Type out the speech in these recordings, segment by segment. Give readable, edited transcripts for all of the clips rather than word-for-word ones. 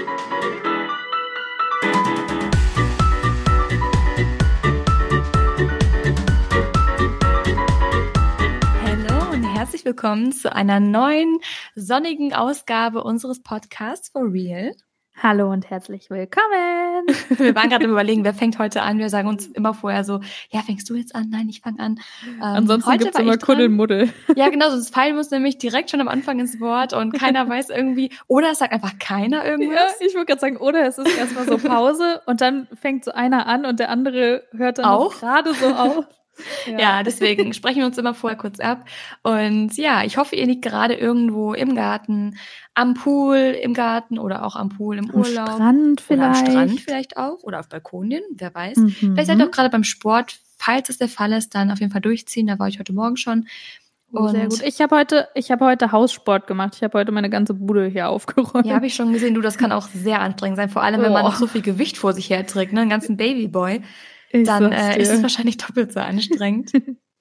Herzlich willkommen zu einer neuen sonnigen Ausgabe unseres Podcasts For Real. Hallo und herzlich willkommen. Wir waren gerade überlegen, wer fängt heute an. Wir sagen uns immer vorher so, ja, fängst du jetzt an? Nein, ich fange an. Ansonsten gibt es immer Kuddelmuddel. Ja, genau, sonst fallen wir uns nämlich direkt schon am Anfang ins Wort und keiner weiß irgendwie, oder es sagt einfach keiner irgendwas. Ja, ich wollte gerade sagen, oder es ist erstmal so Pause und dann fängt so einer an und der andere hört dann auch gerade so auf. Ja, deswegen sprechen wir uns immer vorher kurz ab. Und ja, ich hoffe, ihr liegt gerade irgendwo im Garten, am Pool im Garten oder auch am Pool im Urlaub. Am Strand vielleicht. Oder am Strand vielleicht auch oder auf Balkonien, wer weiß. Vielleicht seid ihr auch gerade beim Sport. Falls es der Fall ist, dann auf jeden Fall durchziehen. Da war ich heute Morgen schon. Und sehr gut. Ich habe heute Haussport gemacht. Ich habe heute meine ganze Bude hier aufgeräumt. Ja, habe ich schon gesehen. Das kann auch sehr anstrengend sein. Vor allem, wenn man noch so viel Gewicht vor sich herträgt, ne? Einen ganzen Babyboy. Dann ist es wahrscheinlich doppelt so anstrengend.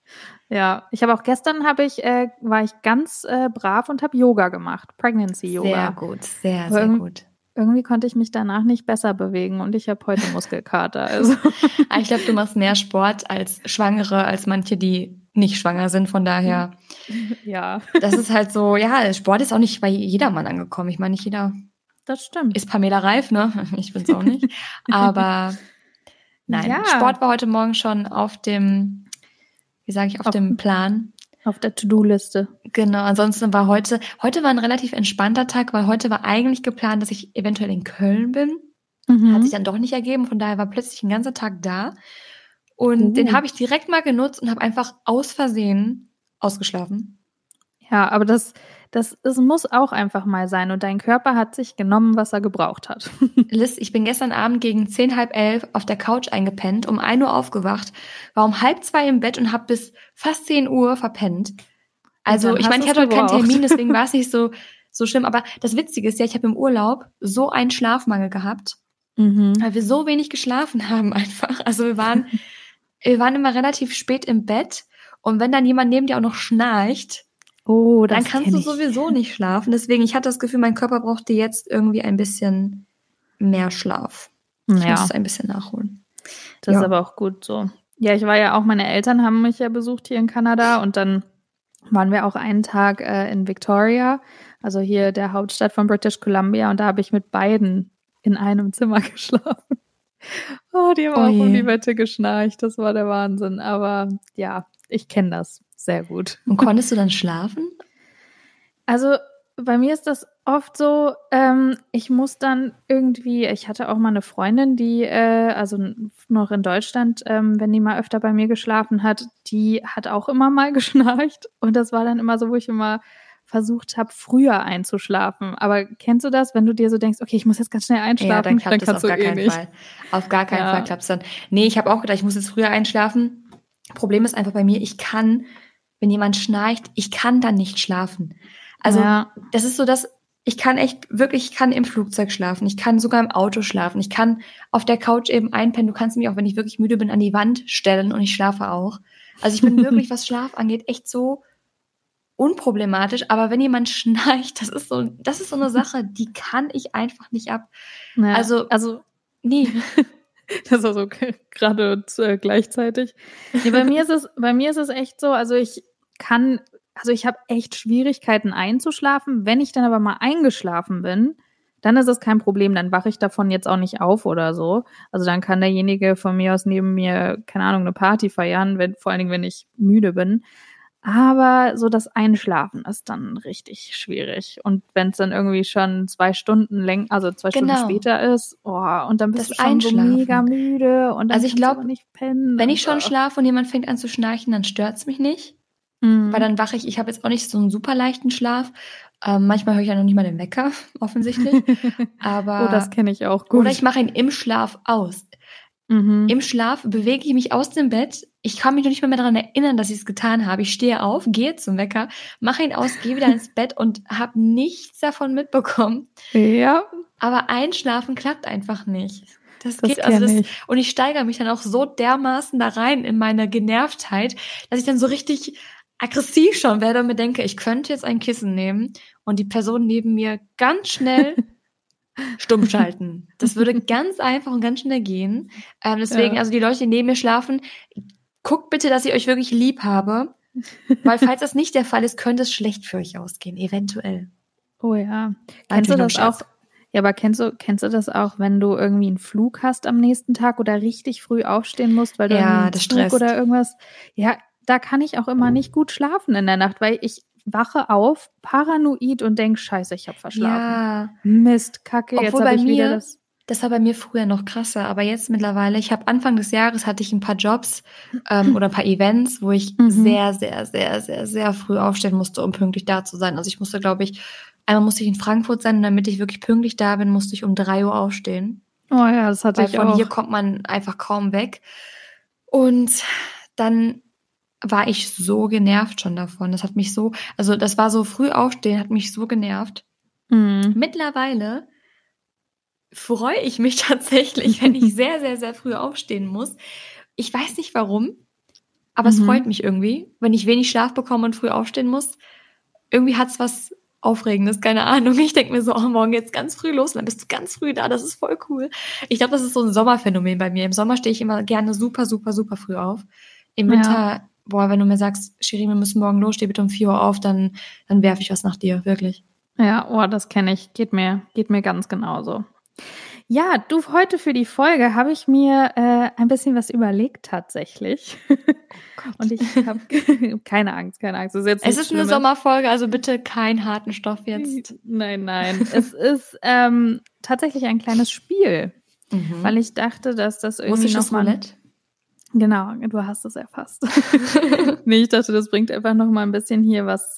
Ja, ich habe auch gestern war ich ganz brav und habe Yoga gemacht, Pregnancy Yoga. Sehr gut, sehr gut. Irgendwie konnte ich mich danach nicht besser bewegen und ich habe heute Muskelkater. Also. Ich glaube, du machst mehr Sport als Schwangere, als manche, die nicht schwanger sind. Von daher, ja, das ist halt so, ja, Sport ist auch nicht bei jedermann angekommen. Ich meine, nicht jeder das stimmt. Ist Pamela Reif, ne? Ich bin's auch nicht. Aber nein, ja. Sport war heute Morgen schon auf dem, auf dem Plan. Auf der To-Do-Liste. Genau, ansonsten war heute war ein relativ entspannter Tag, weil heute war eigentlich geplant, dass ich eventuell in Köln bin. Hat sich dann doch nicht ergeben, von daher war plötzlich ein ganzer Tag da. Und den habe ich direkt mal genutzt und habe einfach aus Versehen ausgeschlafen. Ja, aber das muss auch einfach mal sein. Und dein Körper hat sich genommen, was er gebraucht hat. Liz, ich bin gestern Abend gegen 10, halb 11 auf der Couch eingepennt, um 1 Uhr aufgewacht, war um 1:30 im Bett und habe bis fast 10 Uhr verpennt. Also ich meine, ich hatte heute keinen Termin, deswegen war es nicht so schlimm. Aber das Witzige ist ja, ich habe im Urlaub so einen Schlafmangel gehabt, weil wir so wenig geschlafen haben einfach. Also wir waren immer relativ spät im Bett und wenn dann jemand neben dir auch noch schnarcht, dann kannst du sowieso nicht schlafen. Deswegen, ich hatte das Gefühl, mein Körper brauchte jetzt irgendwie ein bisschen mehr Schlaf. Ich muss es ein bisschen nachholen. Das ist aber auch gut so. Ja, ich war ja auch, meine Eltern haben mich ja besucht hier in Kanada und dann waren wir auch einen Tag in Victoria, also hier der Hauptstadt von British Columbia und da habe ich mit beiden in einem Zimmer geschlafen. Die haben auch um die Wette geschnarcht, das war der Wahnsinn. Aber ja, ich kenne das sehr gut. Und konntest du dann schlafen? Also bei mir ist das oft so, ich muss dann irgendwie, ich hatte auch mal eine Freundin, die, also noch in Deutschland, wenn die mal öfter bei mir geschlafen hat, die hat auch immer mal geschnarcht. Und das war dann immer so, wo ich immer versucht habe, früher einzuschlafen. Aber kennst du das, wenn du dir so denkst, okay, ich muss jetzt ganz schnell einschlafen? Ja, dann klappt das auf gar keinen Fall. Auf gar keinen Fall klappt es dann. Nee, ich habe auch gedacht, ich muss jetzt früher einschlafen. Problem ist einfach bei mir, wenn jemand schnarcht, ich kann dann nicht schlafen. Also das ist so, dass ich kann im Flugzeug schlafen, ich kann sogar im Auto schlafen, ich kann auf der Couch eben einpennen, du kannst mich auch, wenn ich wirklich müde bin, an die Wand stellen und ich schlafe auch. Also ich bin wirklich, was Schlaf angeht, echt so unproblematisch, aber wenn jemand schnarcht, das ist so eine Sache, die kann ich einfach nicht ab. Ja, also nee. Das war so gerade gleichzeitig. Nee, bei mir ist es echt so, also ich habe echt Schwierigkeiten einzuschlafen. Wenn ich dann aber mal eingeschlafen bin, dann ist es kein Problem. Dann wache ich davon jetzt auch nicht auf oder so. Also dann kann derjenige von mir aus neben mir, keine Ahnung, eine Party feiern, vor allen Dingen, wenn ich müde bin. Aber so das Einschlafen ist dann richtig schwierig. Und wenn es dann irgendwie schon 2 Stunden Stunden später ist, und dann bist du schon so mega müde und dann also ich glaube, nicht pennen. Wenn ich schon schlafe und jemand fängt an zu schnarchen, dann stört's mich nicht. Weil dann wache ich habe jetzt auch nicht so einen super leichten Schlaf. Manchmal höre ich ja noch nicht mal den Wecker, offensichtlich. Aber das kenne ich auch gut. Oder ich mache ihn im Schlaf aus. Im Schlaf bewege ich mich aus dem Bett. Ich kann mich noch nicht mehr daran erinnern, dass ich es getan habe. Ich stehe auf, gehe zum Wecker, mache ihn aus, gehe wieder ins Bett und habe nichts davon mitbekommen. Ja. Aber einschlafen klappt einfach nicht. Das geht nicht. Und ich steigere mich dann auch so dermaßen da rein in meine Genervtheit, dass ich dann so richtig aggressiv schon werde und mir denke, ich könnte jetzt ein Kissen nehmen und die Person neben mir ganz schnell stumm schalten. Das würde ganz einfach und ganz schnell gehen. Deswegen, also die Leute, die neben mir schlafen, guckt bitte, dass ich euch wirklich lieb habe. Weil falls das nicht der Fall ist, könnte es schlecht für euch ausgehen, eventuell. Oh ja. Kennst du das auch? Ja, aber kennst du das auch, wenn du irgendwie einen Flug hast am nächsten Tag oder richtig früh aufstehen musst, weil du einen Zug stresst. Oder irgendwas? Ja, da kann ich auch immer nicht gut schlafen in der Nacht, weil ich wache auf, paranoid und denke, scheiße, ich habe verschlafen. Ja. Mist, Kacke, obwohl jetzt habe ich wieder das war bei mir früher noch krasser, aber jetzt mittlerweile, ich habe Anfang des Jahres hatte ich ein paar Jobs oder ein paar Events, wo ich sehr, sehr, sehr, sehr, sehr früh aufstehen musste, um pünktlich da zu sein. Also ich musste, glaube ich, einmal musste ich in Frankfurt sein und damit ich wirklich pünktlich da bin, musste ich um 3 Uhr aufstehen. Oh ja, das hatte ich auch. Weil von hier kommt man einfach kaum weg. Und dann war ich so genervt schon davon. Das hat mich so, also das war so früh aufstehen, hat mich so genervt. Mittlerweile freue ich mich tatsächlich, wenn ich sehr, sehr, sehr früh aufstehen muss. Ich weiß nicht warum, aber es freut mich irgendwie, wenn ich wenig Schlaf bekomme und früh aufstehen muss. Irgendwie hat's was Aufregendes, keine Ahnung. Ich denke mir so, oh, morgen geht's ganz früh los und dann bist du ganz früh da, das ist voll cool. Ich glaube, das ist so ein Sommerphänomen bei mir. Im Sommer stehe ich immer gerne super, super, super früh auf. Im Winter, wenn du mir sagst, Shirin, wir müssen morgen los, steh bitte um 4 Uhr auf, dann werfe ich was nach dir, wirklich. Ja, das kenne ich. Geht mir ganz genauso. Ja, du, heute für die Folge habe ich mir ein bisschen was überlegt tatsächlich. Oh Gott. Und ich habe keine Angst. Das ist jetzt es ist eine Sommerfolge, also bitte keinen harten Stoff jetzt. Nein. Es ist tatsächlich ein kleines Spiel, weil ich dachte, dass das irgendwie nochmal... Genau, du hast es erfasst. Nee, ich dachte, das bringt einfach noch mal ein bisschen hier was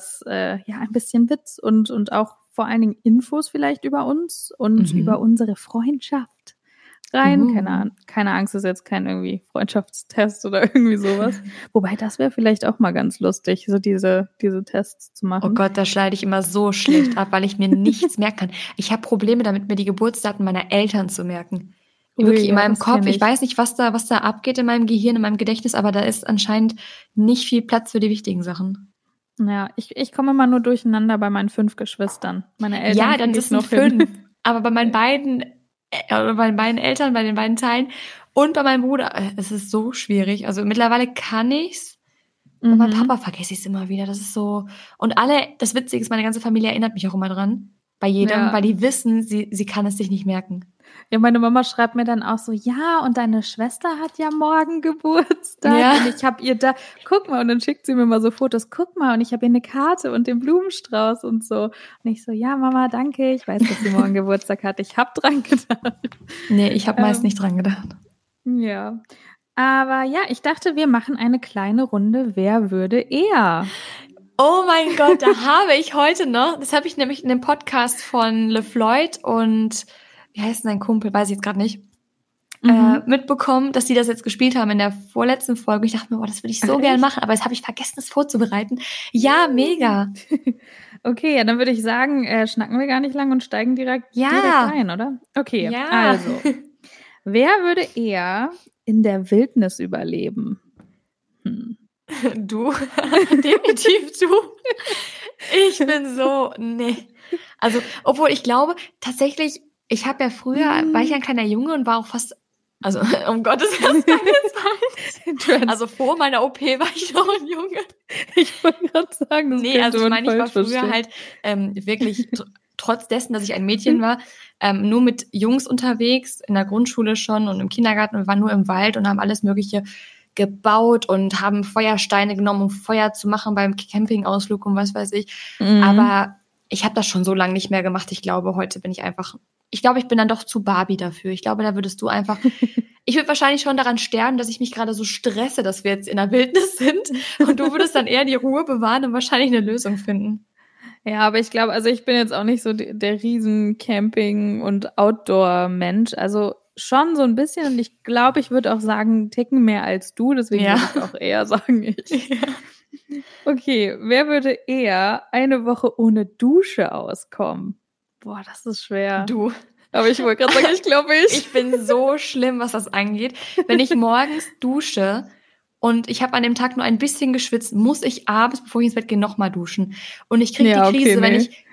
ein bisschen Witz und auch vor allen Dingen Infos vielleicht über uns und über unsere Freundschaft rein. Keine Angst, ist jetzt kein irgendwie Freundschaftstest oder irgendwie sowas. Wobei, das wäre vielleicht auch mal ganz lustig, so diese Tests zu machen. Oh Gott, da schneide ich immer so schlecht ab, weil ich mir nichts merken kann. Ich habe Probleme damit, mir die Geburtsdaten meiner Eltern zu merken. Wirklich in meinem Kopf. Ich weiß nicht, was da abgeht in meinem Gehirn, in meinem Gedächtnis, aber da ist anscheinend nicht viel Platz für die wichtigen Sachen. Ja, ich komme immer nur durcheinander bei meinen 5 Geschwistern. Meine Eltern. Ja, dann ist noch 5. Aber bei meinen beiden Eltern, bei den beiden Teilen und bei meinem Bruder, es ist so schwierig. Also mittlerweile kann ich's. Bei meinem Papa vergesse ich es immer wieder. Das ist so. Und das Witzige ist, meine ganze Familie erinnert mich auch immer dran. Bei jedem, weil die wissen, sie kann es sich nicht merken. Ja, meine Mama schreibt mir dann auch so, ja, und deine Schwester hat ja morgen Geburtstag. Ja. Und ich habe ihr da, guck mal, und dann schickt sie mir mal so Fotos, guck mal, und ich habe ihr eine Karte und den Blumenstrauß und so. Und ich so, ja, Mama, danke, ich weiß, dass sie morgen Geburtstag hat. Ich habe dran gedacht. Nee, ich habe meist nicht dran gedacht. Ja, aber ja, ich dachte, wir machen eine kleine Runde, wer würde eher? Oh mein Gott, da habe ich heute noch, das habe ich nämlich in dem Podcast von LeFloid und wie heißt denn sein Kumpel, weiß ich jetzt gerade nicht, mitbekommen, dass die das jetzt gespielt haben in der vorletzten Folge. Ich dachte mir, das würde ich so gerne machen, aber jetzt habe ich vergessen, es vorzubereiten. Ja, mega. Okay, ja, dann würde ich sagen, schnacken wir gar nicht lang und steigen direkt ein, oder? Okay, also, wer würde eher in der Wildnis überleben? Du, definitiv du. Ich bin so, nee. Also, obwohl ich glaube, tatsächlich, ich habe ja früher, war ich ein kleiner Junge und war auch fast, also um Gottes Willen, also vor meiner OP war ich noch ein Junge. Ich wollte gerade sagen, das also ich meine, ich war früher halt wirklich, trotz dessen, dass ich ein Mädchen war, nur mit Jungs unterwegs, in der Grundschule schon und im Kindergarten, wir waren nur im Wald und haben alles Mögliche gebaut und haben Feuersteine genommen, um Feuer zu machen beim Campingausflug und was weiß ich. Aber ich habe das schon so lange nicht mehr gemacht. Ich glaube, heute bin ich bin dann doch zu Barbie dafür. Ich glaube, da würdest du einfach, ich würde wahrscheinlich schon daran sterben, dass ich mich gerade so stresse, dass wir jetzt in der Wildnis sind und du würdest dann eher die Ruhe bewahren und wahrscheinlich eine Lösung finden. Ja, aber ich glaube, also ich bin jetzt auch nicht so der riesen Camping- und Outdoor-Mensch. Also schon so ein bisschen und ich glaube, ich würde auch sagen, einen Ticken mehr als du, deswegen würde ich auch eher sagen ich. Ja. Okay, wer würde eher eine Woche ohne Dusche auskommen? Boah, das ist schwer. Du. Aber ich wollte gerade sagen, ich glaube Ich bin so schlimm, was das angeht. Wenn ich morgens dusche und ich habe an dem Tag nur ein bisschen geschwitzt, muss ich abends, bevor ich ins Bett gehe, nochmal duschen. Und ich kriege die Krise, wenn ich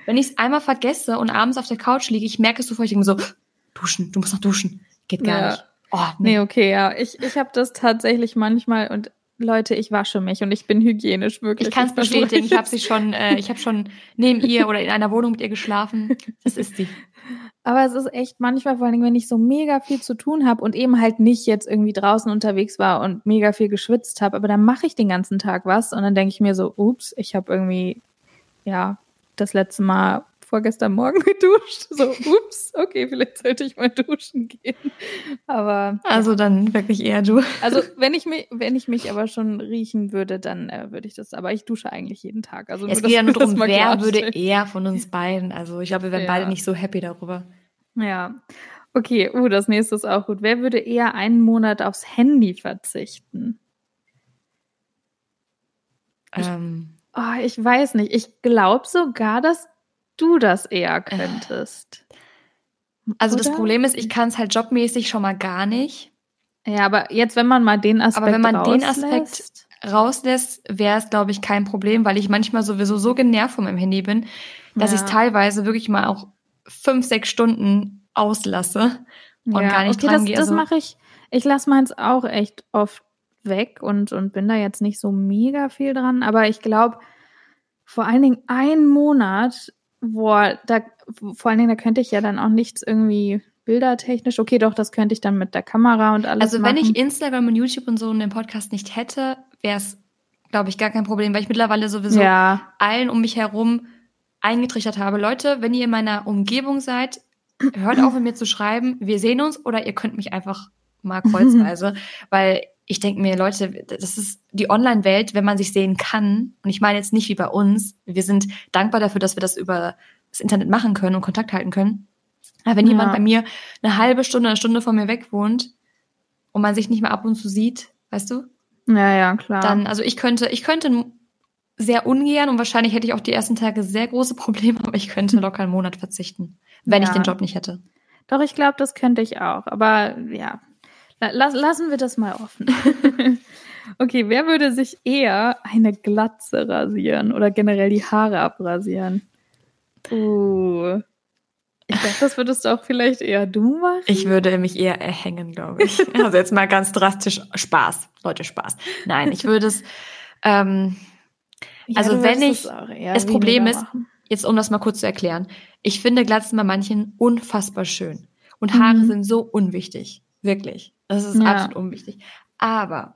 wenn ich es einmal vergesse und abends auf der Couch liege, ich merke es sofort, ich denke so, duschen, du musst noch duschen. Geht gar nicht. Oh, nee, okay, ja. Ich habe das tatsächlich manchmal und Leute, ich wasche mich und ich bin hygienisch, wirklich. Ich kann es bestätigen, ich habe schon neben ihr oder in einer Wohnung mit ihr geschlafen. Das ist sie. Aber es ist echt manchmal, vor allem, wenn ich so mega viel zu tun habe und eben halt nicht jetzt irgendwie draußen unterwegs war und mega viel geschwitzt habe, aber dann mache ich den ganzen Tag was und dann denke ich mir so, ups, ich habe irgendwie, das letzte Mal vorgestern Morgen geduscht. So, ups, okay, vielleicht sollte ich mal duschen gehen. Aber also dann wirklich eher du. Also wenn ich mich aber schon riechen würde, dann würde ich das. Aber ich dusche eigentlich jeden Tag. Also es geht ja nur darum, wer würde eher von uns beiden. Also ich glaube, wir wären beide nicht so happy darüber. Ja. Okay, das nächste ist auch gut. Wer würde eher einen Monat aufs Handy verzichten? Ich weiß nicht. Ich glaube sogar, dass du das eher könntest. Also das Problem ist, ich kann es halt jobmäßig schon mal gar nicht. Ja, aber jetzt, wenn man mal den Aspekt rauslässt, wäre es, glaube ich, kein Problem, weil ich manchmal sowieso so genervt von meinem Handy bin, dass ich es teilweise wirklich mal auch 5-6 Stunden auslasse und gar nicht dran gehe. Das mache ich. Ich lasse meins auch echt oft weg und bin da jetzt nicht so mega viel dran. Aber ich glaube, vor allen Dingen einen Monat, vor allen Dingen, da könnte ich ja dann auch nichts irgendwie bildertechnisch. Okay, doch, das könnte ich dann mit der Kamera und alles machen. Also wenn ich Instagram und YouTube und so in dem Podcast nicht hätte, wäre es, glaube ich, gar kein Problem, weil ich mittlerweile sowieso allen um mich herum eingetrichtert habe. Leute, wenn ihr in meiner Umgebung seid, hört auf, mit mir zu schreiben. Wir sehen uns oder ihr könnt mich einfach mal kreuzweise, weil ich denke mir, Leute, das ist die Online-Welt, wenn man sich sehen kann. Und ich meine jetzt nicht wie bei uns. Wir sind dankbar dafür, dass wir das über das Internet machen können und Kontakt halten können. Aber wenn jemand bei mir eine Stunde von mir weg wohnt und man sich nicht mehr ab und zu sieht, weißt du? Ja, klar. Dann, also ich könnte sehr ungern und wahrscheinlich hätte ich auch die ersten Tage sehr große Probleme, aber ich könnte locker einen Monat verzichten, wenn ich den Job nicht hätte. Doch, ich glaube, das könnte ich auch. Aber ja, lassen wir das mal offen. Okay, wer würde sich eher eine Glatze rasieren oder generell die Haare abrasieren? Ich dachte, das würdest du auch vielleicht eher du machen. Ich würde mich eher erhängen, glaube ich. Also jetzt mal ganz drastisch. Spaß. Leute, Spaß. Nein, ich würde es, also wenn ich, das Problem ist, jetzt um das mal kurz zu erklären, ich finde Glatzen bei manchen unfassbar schön. Und Haare sind so unwichtig. Wirklich. Das ist absolut unwichtig. Aber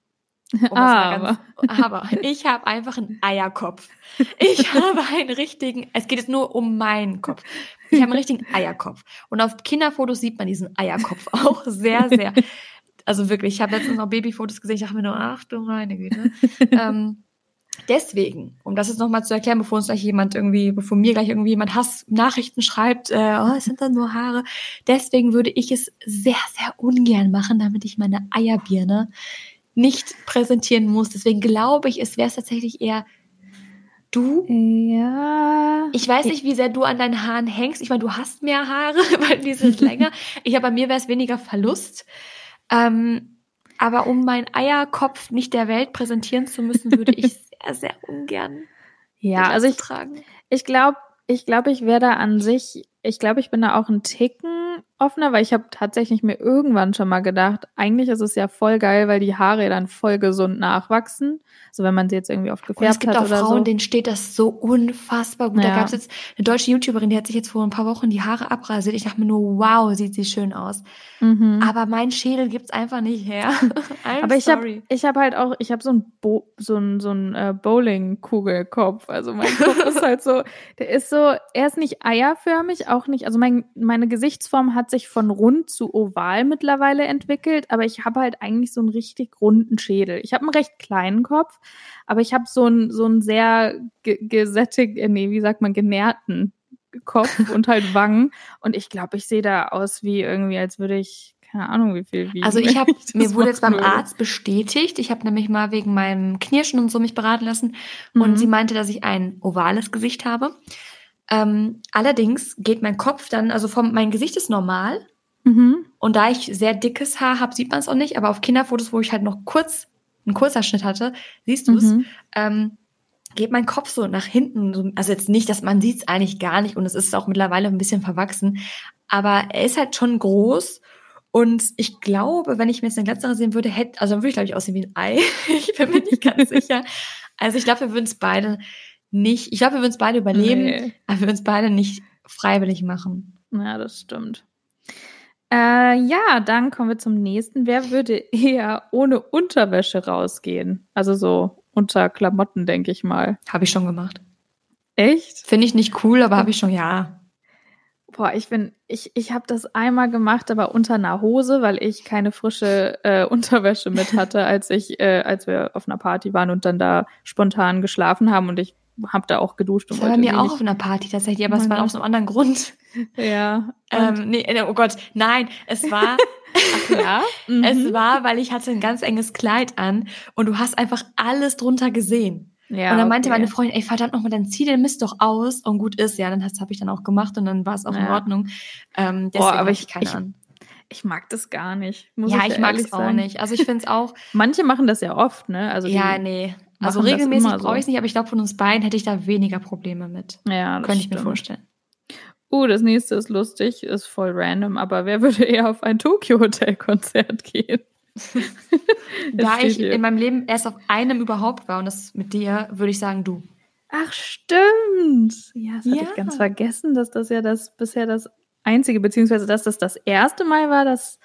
ich habe einfach einen Eierkopf. Ich habe einen richtigen, es geht jetzt nur um meinen Kopf. Ich habe einen richtigen Eierkopf. Und auf Kinderfotos sieht man diesen Eierkopf auch sehr, sehr. Also wirklich, ich habe letztens noch Babyfotos gesehen, ich dachte mir nur, ach du meine Güte. Deswegen, um das jetzt nochmal zu erklären, bevor mir gleich irgendwie jemand Hassnachrichten schreibt, es sind dann nur Haare. Deswegen würde ich es sehr, sehr ungern machen, damit ich meine Eierbirne nicht präsentieren muss. Deswegen glaube ich, es wäre tatsächlich eher du. Ja. Ich weiß nicht, wie sehr du an deinen Haaren hängst. Ich meine, du hast mehr Haare, weil die sind länger. Bei mir wäre es weniger Verlust. Aber um meinen Eierkopf nicht der Welt präsentieren zu müssen, würde ich sehr, sehr ungern tragen. Ich glaube, ich wäre da an sich, ich glaube, ich bin da auch ein Ticken offener, weil ich habe tatsächlich mir irgendwann schon mal gedacht, eigentlich ist es ja voll geil, weil die Haare dann voll gesund nachwachsen. So wenn man sie jetzt irgendwie oft gefärbt hat. Es gibt auch Frauen, denen steht das so unfassbar gut. Ja. Da gab es jetzt eine deutsche YouTuberin, die hat sich jetzt vor ein paar Wochen die Haare abrasiert. Ich dachte mir nur, wow, sieht sie schön aus. Aber mein Schädel gibt's einfach nicht her. Aber ich habe halt auch, ich habe so ein Bowling-Kugelkopf. Also mein Kopf ist halt so, er ist nicht eierförmig, auch nicht, also meine Gesichtsform hat sich von rund zu oval mittlerweile entwickelt, aber ich habe halt eigentlich so einen richtig runden Schädel. Ich habe einen recht kleinen Kopf, aber ich habe so einen sehr genährten Kopf und halt Wangen. Und ich glaube, ich sehe da aus wie irgendwie, als würde ich, keine Ahnung, wie viel wiegen. Also mir wurde jetzt beim Arzt bestätigt, ich habe nämlich mal wegen meinem Knirschen und so mich beraten lassen und sie meinte, dass ich ein ovales Gesicht habe. Allerdings geht mein Kopf dann, also mein Gesicht ist normal und da ich sehr dickes Haar habe, sieht man es auch nicht, aber auf Kinderfotos, wo ich halt noch einen Kurzhaarschnitt hatte, siehst du es, geht mein Kopf so nach hinten. Also jetzt nicht, dass man sieht es eigentlich gar nicht und es ist auch mittlerweile ein bisschen verwachsen. Aber er ist halt schon groß und ich glaube, wenn ich mir jetzt eine Glatze rasieren würde, dann würde ich, glaube ich, aussehen wie ein Ei. Ich bin mir nicht ganz sicher. Also ich glaube, wir würden es beide überleben, aber wir würden es beide nicht freiwillig machen. Ja, das stimmt. Ja, dann kommen wir zum nächsten. Wer würde eher ohne Unterwäsche rausgehen? Also so unter Klamotten, denke ich mal. Habe ich schon gemacht. Echt? Finde ich nicht cool, aber habe ich schon, ja. Boah, ich habe das einmal gemacht, aber unter einer Hose, weil ich keine frische Unterwäsche mit hatte, als wir auf einer Party waren und dann da spontan geschlafen haben und ich habe da auch geduscht. Das war bei mir auch auf einer Party tatsächlich, aber es war aus einem anderen Grund. Ja. Oh Gott, nein, es war, ach ja? Es war, weil ich hatte ein ganz enges Kleid an und du hast einfach alles drunter gesehen. Ja, und dann meinte meine Freundin, ey, verdammt nochmal, dann zieh den Mist doch aus und gut ist. Ja, dann habe ich dann auch gemacht und dann war es auch in Ordnung. Deswegen aber ich keine an. Ich mag das gar nicht. Ich mag es auch nicht. Also ich finde es auch. Manche machen das ja oft, ne? Also nee. Also regelmäßig brauche ich es nicht, aber ich glaube, von uns beiden hätte ich da weniger Probleme mit. Ja, das könnte ich mir vorstellen. Das nächste ist lustig, ist voll random, aber wer würde eher auf ein Tokyo-Hotel-Konzert gehen? Da ich in meinem Leben erst auf einem überhaupt war und das mit dir, würde ich sagen, du. Ach, stimmt. Ja, das hatte ich ganz vergessen, dass das ja bisher das einzige, beziehungsweise dass das erste Mal war, dass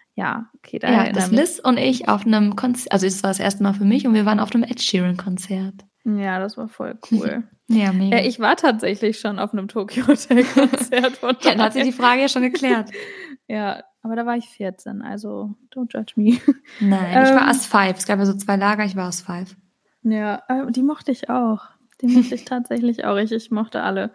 dass Liz und ich auf einem Konzert, also es war das erste Mal für mich und wir waren auf einem Ed Sheeran-Konzert. Ja, das war voll cool. Ja, mega. Ich war tatsächlich schon auf einem Tokyo-Hotel-Konzert. Dann hat sie die Frage ja schon geklärt. Ja, aber da war ich 14, also don't judge me. Nein, ich war As 5. Es gab ja so 2 Lager, ich war As 5. Ja, die mochte ich auch. Die mochte ich tatsächlich auch. Ich mochte alle.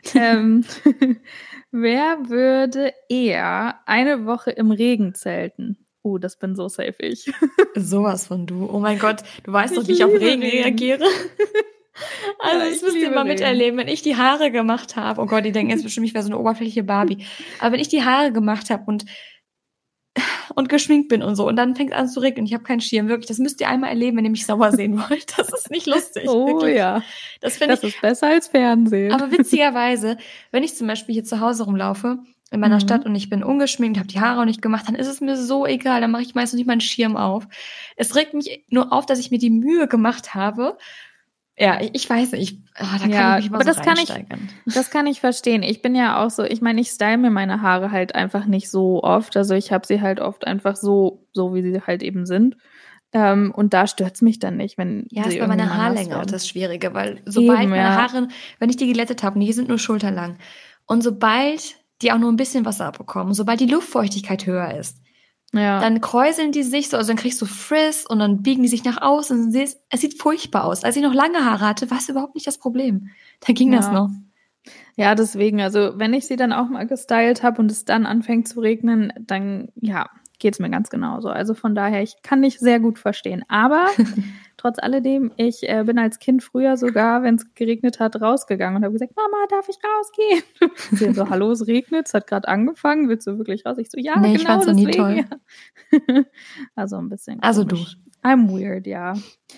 Wer würde eher eine Woche im Regen zelten? Das bin so safe ich. Sowas von du. Oh mein Gott, du weißt doch, wie ich auf Regen reagiere. Also das müsst ihr mal miterleben, wenn ich die Haare gemacht habe. Oh Gott, die denken jetzt bestimmt, ich wäre so eine oberflächliche Barbie. Aber wenn ich die Haare gemacht habe und geschminkt bin und so und dann fängt es an zu regnen und ich habe keinen Schirm, wirklich, das müsst ihr einmal erleben, wenn ihr mich sauer sehen wollt. Das ist nicht lustig. Wirklich. Ja, das ist besser als Fernsehen. Aber witzigerweise, wenn ich zum Beispiel hier zu Hause rumlaufe, in meiner Stadt und ich bin ungeschminkt, habe die Haare auch nicht gemacht, dann ist es mir so egal, dann mache ich meistens nicht meinen Schirm auf. Es regt mich nur auf, dass ich mir die Mühe gemacht habe. Ja, ich weiß nicht, da kann ich mich mal so reinsteigern. Das kann ich verstehen. Ich bin ja auch so, ich meine, ich style mir meine Haare halt einfach nicht so oft. Also ich habe sie halt oft einfach so wie sie halt eben sind. Und da stört's mich dann nicht, wenn ja, ist bei meiner Haarlänge auch das Schwierige, weil sobald meine Haare, wenn ich die geglättet habe, und die sind nur schulterlang, und sobald die auch nur ein bisschen Wasser abbekommen, sobald die Luftfeuchtigkeit höher ist, dann kräuseln die sich so, also dann kriegst du Frizz und dann biegen die sich nach außen und es sieht furchtbar aus. Als ich noch lange Haare hatte, war es überhaupt nicht das Problem. Da ging das noch. Ja, deswegen, also wenn ich sie dann auch mal gestylt habe und es dann anfängt zu regnen, dann geht es mir ganz genauso. Also von daher, ich kann dich sehr gut verstehen. Aber trotz alledem, ich bin als Kind früher sogar, wenn es geregnet hat, rausgegangen und habe gesagt, Mama, darf ich rausgehen? Sie so, hallo, es regnet, es hat gerade angefangen, willst du wirklich raus? Ich so, ja, nee, genau, ich fand's deswegen. Nie toll. Ja. Also ein bisschen komisch. Also du. I'm weird, ja.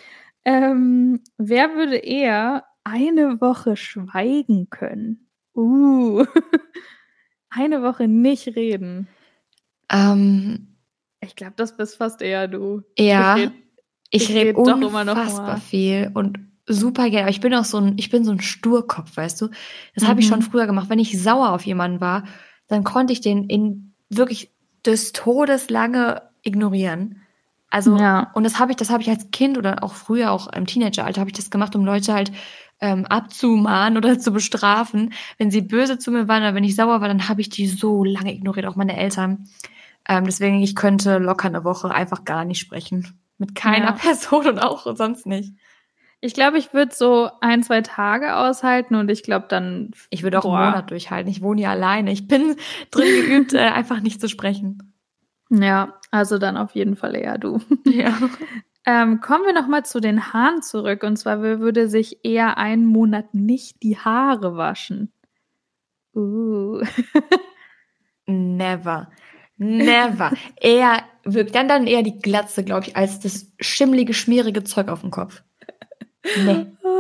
Wer würde eher eine Woche schweigen können? Eine Woche nicht reden. Ich glaube, das bist fast eher du. Ja, ich rede unfassbar viel und super gerne. Aber ich bin so ein Sturkopf, weißt du. Das habe ich schon früher gemacht. Wenn ich sauer auf jemanden war, dann konnte ich den in wirklich des Todes lange ignorieren. Also, und das habe ich als Kind oder auch früher, auch im Teenageralter, habe ich das gemacht, um Leute halt abzumahnen oder zu bestrafen. Wenn sie böse zu mir waren oder wenn ich sauer war, dann habe ich die so lange ignoriert, auch meine Eltern. Deswegen, ich könnte locker eine Woche einfach gar nicht sprechen. Mit keiner Person und auch sonst nicht. Ich glaube, ich würde so 1-2 Tage aushalten und ich glaube dann... Ich würde auch einen Monat durchhalten. Ich wohne ja alleine. Ich bin drin geübt, einfach nicht zu sprechen. Ja, also dann auf jeden Fall eher du. Ja. Kommen wir nochmal zu den Haaren zurück. Und zwar, wer würde sich eher einen Monat nicht die Haare waschen? Never. Dann eher die Glatze, glaube ich, als das schimmlige, schmierige Zeug auf dem Kopf. Nee.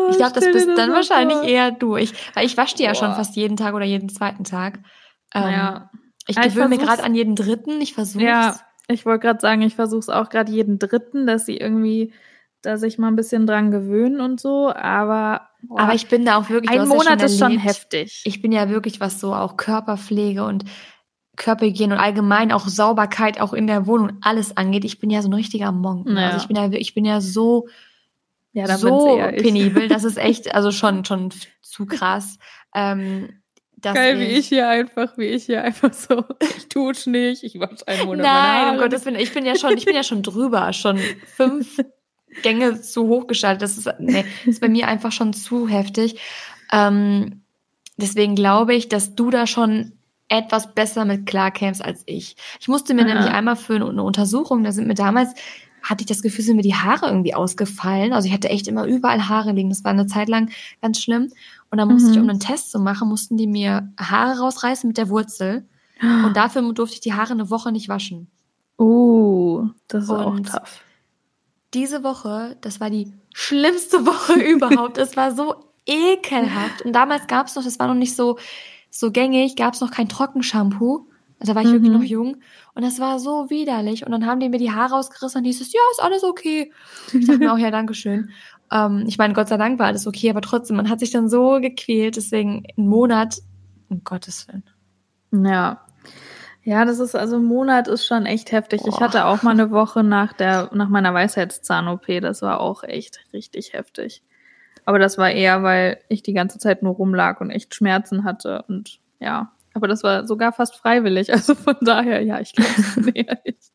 Ich glaube, das bist dann wahrscheinlich eher du. Weil ich wasche die ja schon fast jeden Tag oder jeden zweiten Tag. Ich gewöhne mir gerade an jeden dritten. Ich versuche es. Ja, ich wollte gerade sagen, ich versuche es auch gerade jeden dritten, dass sie irgendwie da sich mal ein bisschen dran gewöhnen und so. Aber ich bin da auch wirklich... Ein Monat ist schon heftig. Ich bin ja wirklich, was so auch Körperpflege und Körperhygiene und allgemein auch Sauberkeit auch in der Wohnung alles angeht. Ich bin ja so ein richtiger Monk. Ja. Also ich bin ja so penibel. Das ist echt, also schon zu krass. Geil, wie ich hier einfach so, ich dusche nicht, ich wasche einen Monat meine Haare. Nein, um Gottes Willen, ich bin ja schon drüber, schon 5 Gänge zu hoch geschaltet. Das ist bei mir einfach schon zu heftig. Deswegen glaube ich, dass du da schon etwas besser mit klarkämst als ich. Ich musste mir nämlich einmal für eine Untersuchung, hatte ich das Gefühl, sind mir die Haare irgendwie ausgefallen. Also ich hatte echt immer überall Haare liegen. Das war eine Zeit lang ganz schlimm. Und dann musste ich, um einen Test zu machen, mussten die mir Haare rausreißen mit der Wurzel. Und dafür durfte ich die Haare eine Woche nicht waschen. Das ist auch tough. Diese Woche, das war die schlimmste Woche überhaupt. Es war so ekelhaft. Und damals gab es noch, das war noch nicht so gängig, gab es noch kein Trockenshampoo. Also da war ich wirklich noch jung. Und das war so widerlich. Und dann haben die mir die Haare rausgerissen und hieß es, ja, ist alles okay. Ich dachte mir auch, ja, dankeschön. Ich meine, Gott sei Dank war alles okay, aber trotzdem, man hat sich dann so gequält. Deswegen einen Monat, um Gottes Willen. Ja. Ja, ein Monat ist schon echt heftig. Ich hatte auch mal eine Woche nach meiner Weisheitszahn-OP. Das war auch echt richtig heftig. Aber das war eher, weil ich die ganze Zeit nur rumlag und echt Schmerzen hatte. Und ja, aber das war sogar fast freiwillig. Also von daher, ja, ich glaube es nicht.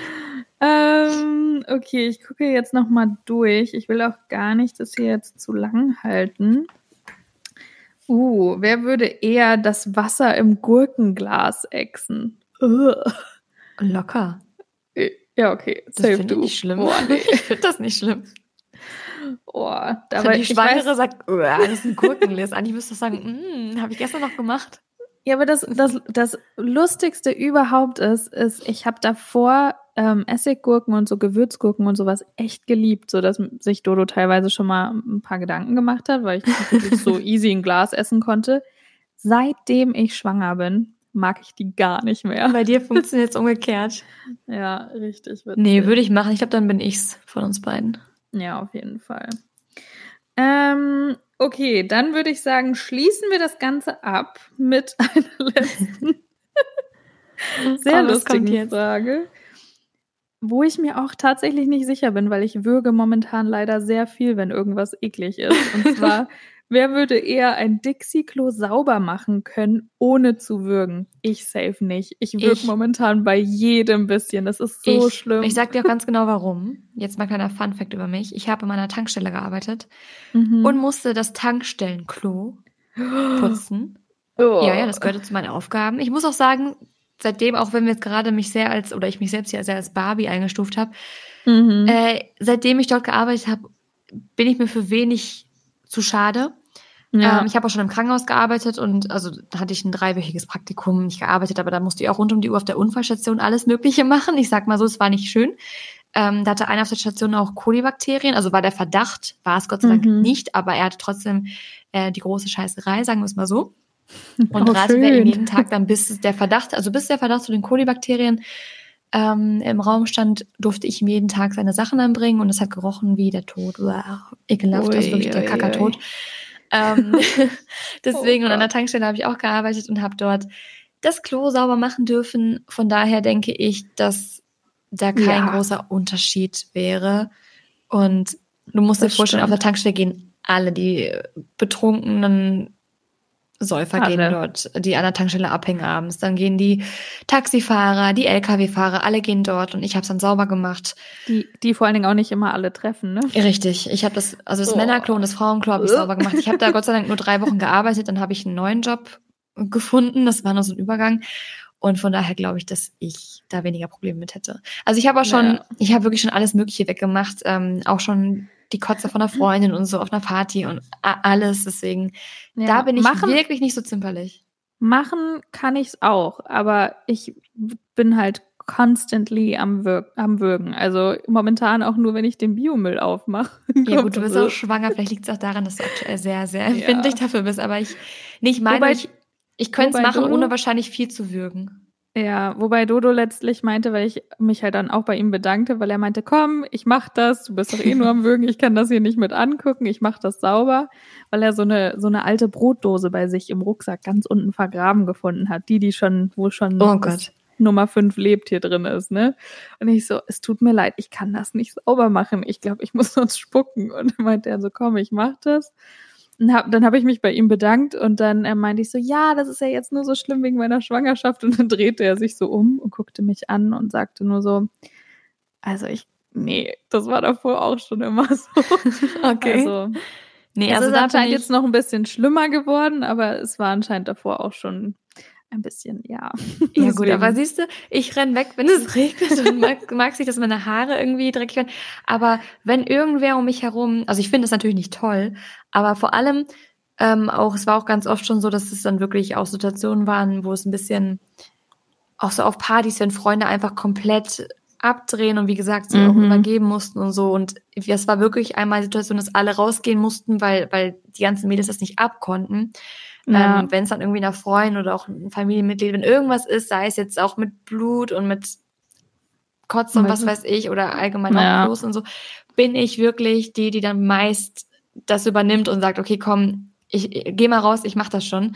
Okay, ich gucke jetzt noch mal durch. Ich will auch gar nicht das hier jetzt zu lang halten. Wer würde eher das Wasser im Gurkenglas ächzen? Locker. Ja, okay. Das finde ich nicht schlimm. Ich finde das nicht schlimm. Die Schwangere sagt, das ist ein Gurkenglas. Eigentlich müsste ich sagen, habe ich gestern noch gemacht. Ja, aber das Lustigste überhaupt ist, ich habe davor Essiggurken und so Gewürzgurken und sowas echt geliebt, so dass sich Dodo teilweise schon mal ein paar Gedanken gemacht hat, weil ich wirklich so easy ein Glas essen konnte. Seitdem ich schwanger bin, mag ich die gar nicht mehr. Bei dir funktioniert es umgekehrt. Ja, richtig. Witzig. Nee, würde ich machen. Ich glaube, dann bin ich's von uns beiden. Ja, auf jeden Fall. Okay, dann würde ich sagen, schließen wir das Ganze ab mit einer letzten sehr lustigen Frage, wo ich mir auch tatsächlich nicht sicher bin, weil ich würge momentan leider sehr viel, wenn irgendwas eklig ist. Und zwar, wer würde eher ein Dixie-Klo sauber machen können, ohne zu würgen? Ich safe nicht. Ich würge momentan bei jedem bisschen. Das ist so schlimm. Ich sag dir auch ganz genau, warum. Jetzt mal ein kleiner Funfact über mich. Ich habe in meiner Tankstelle gearbeitet und musste das Tankstellenklo putzen. Ja, das gehörte zu meinen Aufgaben. Ich muss auch sagen, seitdem, auch wenn wir jetzt gerade ich mich selbst ja sehr als Barbie eingestuft habe, seitdem ich dort gearbeitet habe, bin ich mir für wenig zu schade. Ja. Ich habe auch schon im Krankenhaus gearbeitet und also da hatte ich ein 3-wöchiges Praktikum nicht gearbeitet, aber da musste ich auch rund um die Uhr auf der Unfallstation alles Mögliche machen. Ich sag mal so, es war nicht schön. Da hatte einer auf der Station auch Kolibakterien, also war der Verdacht, war es Gott sei Dank nicht, aber er hatte trotzdem die große Scheißerei, sagen wir es mal so. Und rate, wer jeden Tag dann, bis der Verdacht zu den Kolibakterien im Raum stand, durfte ich ihm jeden Tag seine Sachen anbringen und es hat gerochen wie der Tod. Uah, ekelhaft, das ist wirklich der Kackertod. Deswegen, und an der Tankstelle habe ich auch gearbeitet und habe dort das Klo sauber machen dürfen. Von daher denke ich, dass da kein großer Unterschied wäre. Und du musst dir vorstellen, auf der Tankstelle gehen alle, die betrunkenen Säufer gehen dort, die an der Tankstelle abhängen abends. Dann gehen die Taxifahrer, die LKW-Fahrer, alle gehen dort und ich habe es dann sauber gemacht. Die vor allen Dingen auch nicht immer alle treffen, ne? Richtig. Ich habe das Männerklo und das Frauenklo habe ich sauber gemacht. Ich habe da Gott sei Dank nur 3 Wochen gearbeitet, dann habe ich einen neuen Job gefunden. Das war nur so ein Übergang. Und von daher glaube ich, dass ich da weniger Probleme mit hätte. Also ich habe ich habe wirklich schon alles Mögliche weggemacht. Auch schon die Kotze von einer Freundin und so auf einer Party und alles. Deswegen, da bin ich wirklich nicht so zimperlich. Machen kann ich's auch, aber ich bin halt constantly am Würgen. Also momentan auch nur, wenn ich den Biomüll aufmache. Ja gut, du bist auch schwanger. Vielleicht liegt es auch daran, dass du aktuell sehr, sehr empfindlich dafür bist. Aber ich könnte es machen, ohne wahrscheinlich viel zu würgen. Ja, wobei Dodo letztlich meinte, weil ich mich halt dann auch bei ihm bedankte, weil er meinte, komm, ich mach das, du bist doch eh nur am Würgen, ich kann das hier nicht mit angucken, ich mach das sauber, weil er so eine alte Brotdose bei sich im Rucksack ganz unten vergraben gefunden hat, wo schon oh Gott. Nummer 5 lebt hier drin ist, ne? Und ich so, es tut mir leid, ich kann das nicht sauber machen, ich glaube, ich muss sonst spucken. Und dann meinte er so, komm, ich mach das. Und dann habe ich mich bei ihm bedankt und dann meinte ich so, ja, das ist ja jetzt nur so schlimm wegen meiner Schwangerschaft. Und dann drehte er sich so um und guckte mich an und sagte nur so, nee, das war davor auch schon immer so. Okay. Es ist anscheinend jetzt noch ein bisschen schlimmer geworden, aber es war anscheinend davor auch schon ein bisschen, ja. Ja gut, aber siehst du, ich renn weg, wenn es regnet und mag nicht, dass meine Haare irgendwie dreckig werden. Aber wenn irgendwer um mich herum, also ich finde das natürlich nicht toll, aber vor allem es war auch ganz oft schon so, dass es dann wirklich auch Situationen waren, wo es ein bisschen, auch so auf Partys, wenn Freunde einfach komplett abdrehen und wie gesagt, sie auch übergeben mussten und so. Und es war wirklich einmal die Situation, dass alle rausgehen mussten, weil die ganzen Mädels das nicht abkonnten. Ja. Wenn es dann irgendwie einer Freundin oder auch ein Familienmitglied, wenn irgendwas ist, sei es jetzt auch mit Blut und mit Kotze und was weiß ich oder allgemein auch Klos und so, bin ich wirklich die dann meist das übernimmt und sagt, okay, komm, ich geh mal raus, ich mach das schon.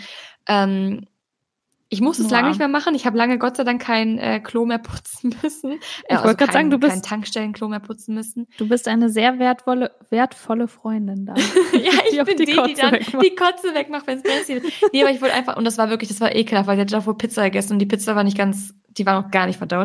Ich muss es lange nicht mehr machen. Ich habe lange Gott sei Dank kein Klo mehr putzen müssen. Ich wollte gerade sagen, du bist kein Tankstellenklo mehr putzen müssen. Du bist eine sehr wertvolle Freundin da. Ja, ich bin die dann die Kotze wegmacht, wenn es passiert. Nee, aber ich wollte einfach, und das war ekelhaft, weil sie hatte davor Pizza gegessen und die Pizza war die war noch gar nicht verdaut.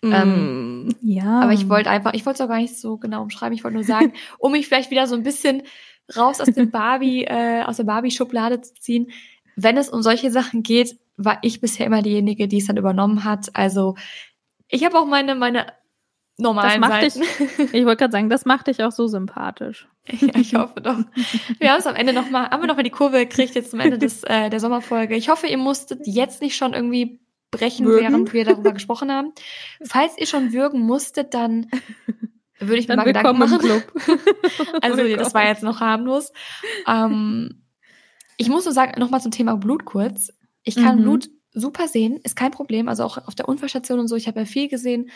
Ja. Aber ich wollte es auch gar nicht so genau umschreiben. Ich wollte nur sagen, um mich vielleicht wieder so ein bisschen raus aus der Barbie-Schublade zu ziehen. Wenn es um solche Sachen geht, war ich bisher immer diejenige, die es dann übernommen hat. Also ich habe auch meine normalen Seiten. Ich wollte gerade sagen, das macht dich auch so sympathisch. Ja, ich hoffe doch. Wir haben es am Ende haben wir noch mal die Kurve gekriegt jetzt zum Ende der Sommerfolge. Ich hoffe, ihr musstet jetzt nicht schon irgendwie brechen, während wir darüber gesprochen haben. Falls ihr schon würgen musstet, dann würde ich mir mal Gedanken machen. Club. Also das war jetzt noch harmlos. Ich muss nur sagen, nochmal zum Thema Blut kurz. Ich kann Blut super sehen, ist kein Problem. Also auch auf der Unfallstation und so, ich habe ja viel gesehen.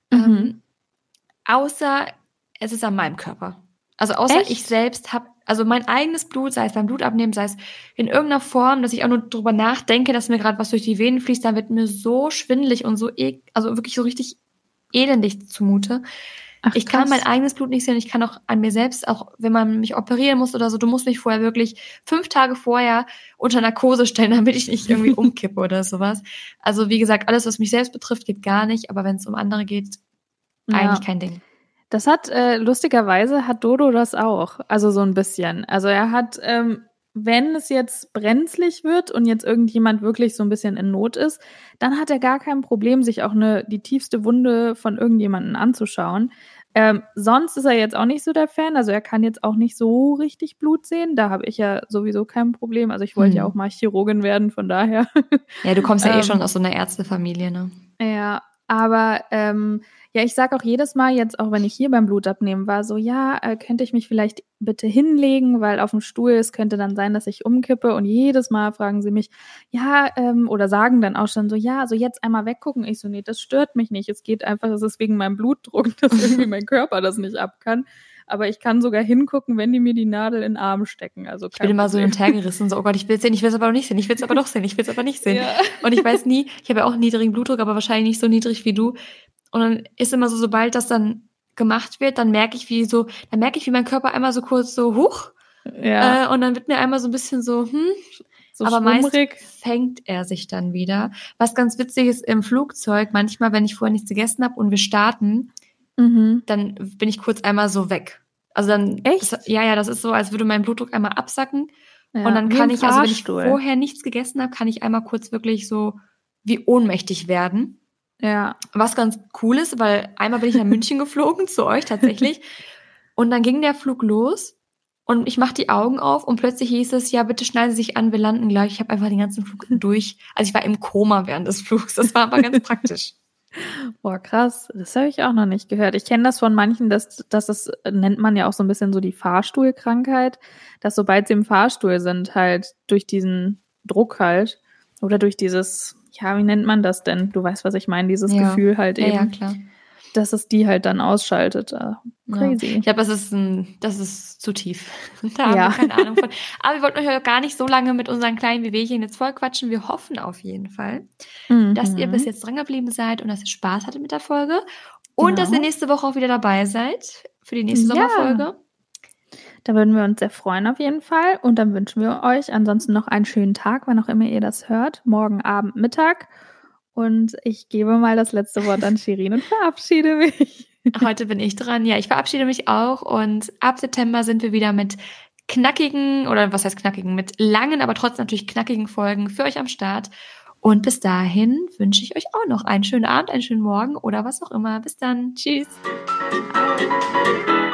Außer es ist an meinem Körper. Also außer Echt? ich selbst habe, also mein eigenes Blut, sei es beim Blutabnehmen, sei es in irgendeiner Form, dass ich auch nur drüber nachdenke, dass mir gerade was durch die Venen fließt, dann wird mir so schwindelig und so, also wirklich so richtig elendig zumute. Ach, ich kann mein eigenes Blut nicht sehen. Ich kann auch an mir selbst, auch wenn man mich operieren muss oder so, du musst mich vorher wirklich 5 Tage vorher unter Narkose stellen, damit ich nicht irgendwie umkippe oder sowas. Also wie gesagt, alles, was mich selbst betrifft, geht gar nicht. Aber wenn es um andere geht, eigentlich kein Ding. Das hat, lustigerweise hat Dodo das auch. Also so ein bisschen. Also er hat, wenn es jetzt brenzlig wird und jetzt irgendjemand wirklich so ein bisschen in Not ist, dann hat er gar kein Problem, sich auch die tiefste Wunde von irgendjemandem anzuschauen. Sonst ist er jetzt auch nicht so der Fan, also er kann jetzt auch nicht so richtig Blut sehen, da habe ich ja sowieso kein Problem, also ich wollte ja auch mal Chirurgin werden, von daher. Ja, du kommst ja schon aus so einer Ärztefamilie, ne? Ja, aber ich sag auch jedes Mal jetzt, auch wenn ich hier beim Blutabnehmen war, so, könnte ich mich vielleicht bitte hinlegen, weil auf dem Stuhl, es könnte dann sein, dass ich umkippe und jedes Mal fragen sie mich, oder sagen dann auch schon so, also jetzt einmal weggucken. Ich so, nee, das stört mich nicht, es geht einfach, das ist wegen meinem Blutdruck, dass irgendwie mein Körper das nicht ab kann. Aber ich kann sogar hingucken, wenn die mir die Nadel in den Arm stecken. Also ich bin immer so hin und her gerissen, so, oh Gott, ich will es sehen, ich will es aber noch nicht sehen, ich will es aber doch sehen, ich will es aber nicht sehen. Ja. Und ich weiß nie, ich habe ja auch einen niedrigen Blutdruck, aber wahrscheinlich nicht so niedrig wie du. Und dann ist immer so, sobald das dann gemacht wird, dann merke ich, wie mein Körper einmal so kurz so hoch. Ja. Und dann wird mir einmal so ein bisschen so aber meist fängt er sich dann wieder. Was ganz witzig ist im Flugzeug, manchmal, wenn ich vorher nichts gegessen habe und wir starten, dann bin ich kurz einmal so weg. Also dann, echt? Das ist so, als würde mein Blutdruck einmal absacken. Ja, und dann kann ich, also wenn ich vorher nichts gegessen habe, kann ich einmal kurz wirklich so wie ohnmächtig werden. Ja. Was ganz cool ist, weil einmal bin ich nach München geflogen, zu euch tatsächlich. Und dann ging der Flug los und ich mache die Augen auf und plötzlich hieß es, ja, bitte schneiden Sie sich an, wir landen gleich. Ich habe einfach den ganzen Flug durch. Also ich war im Koma während des Flugs. Das war aber ganz praktisch. Boah, krass. Das habe ich auch noch nicht gehört. Ich kenne das von manchen, das nennt man ja auch so ein bisschen so die Fahrstuhlkrankheit, dass sobald sie im Fahrstuhl sind, halt durch diesen Druck halt oder durch dieses, ja, wie nennt man das denn? Du weißt, was ich meine, dieses Gefühl halt eben. Ja, klar. Dass es die halt dann ausschaltet. Crazy. Ja. Ich glaube, das ist zu tief. Da haben wir keine Ahnung von. Aber wir wollten euch auch gar nicht so lange mit unseren kleinen Wehwehchen jetzt voll quatschen. Wir hoffen auf jeden Fall, dass ihr bis jetzt dran geblieben seid und dass ihr Spaß hattet mit der Folge. Und dass ihr nächste Woche auch wieder dabei seid für die nächste Sommerfolge. Da würden wir uns sehr freuen auf jeden Fall. Und dann wünschen wir euch ansonsten noch einen schönen Tag, wann auch immer ihr das hört. Morgen Abend, Mittag. Und ich gebe mal das letzte Wort an Shirin und verabschiede mich. Heute bin ich dran. Ja, ich verabschiede mich auch. Und ab September sind wir wieder mit knackigen, oder was heißt knackigen, mit langen, aber trotzdem natürlich knackigen Folgen für euch am Start. Und bis dahin wünsche ich euch auch noch einen schönen Abend, einen schönen Morgen oder was auch immer. Bis dann. Tschüss.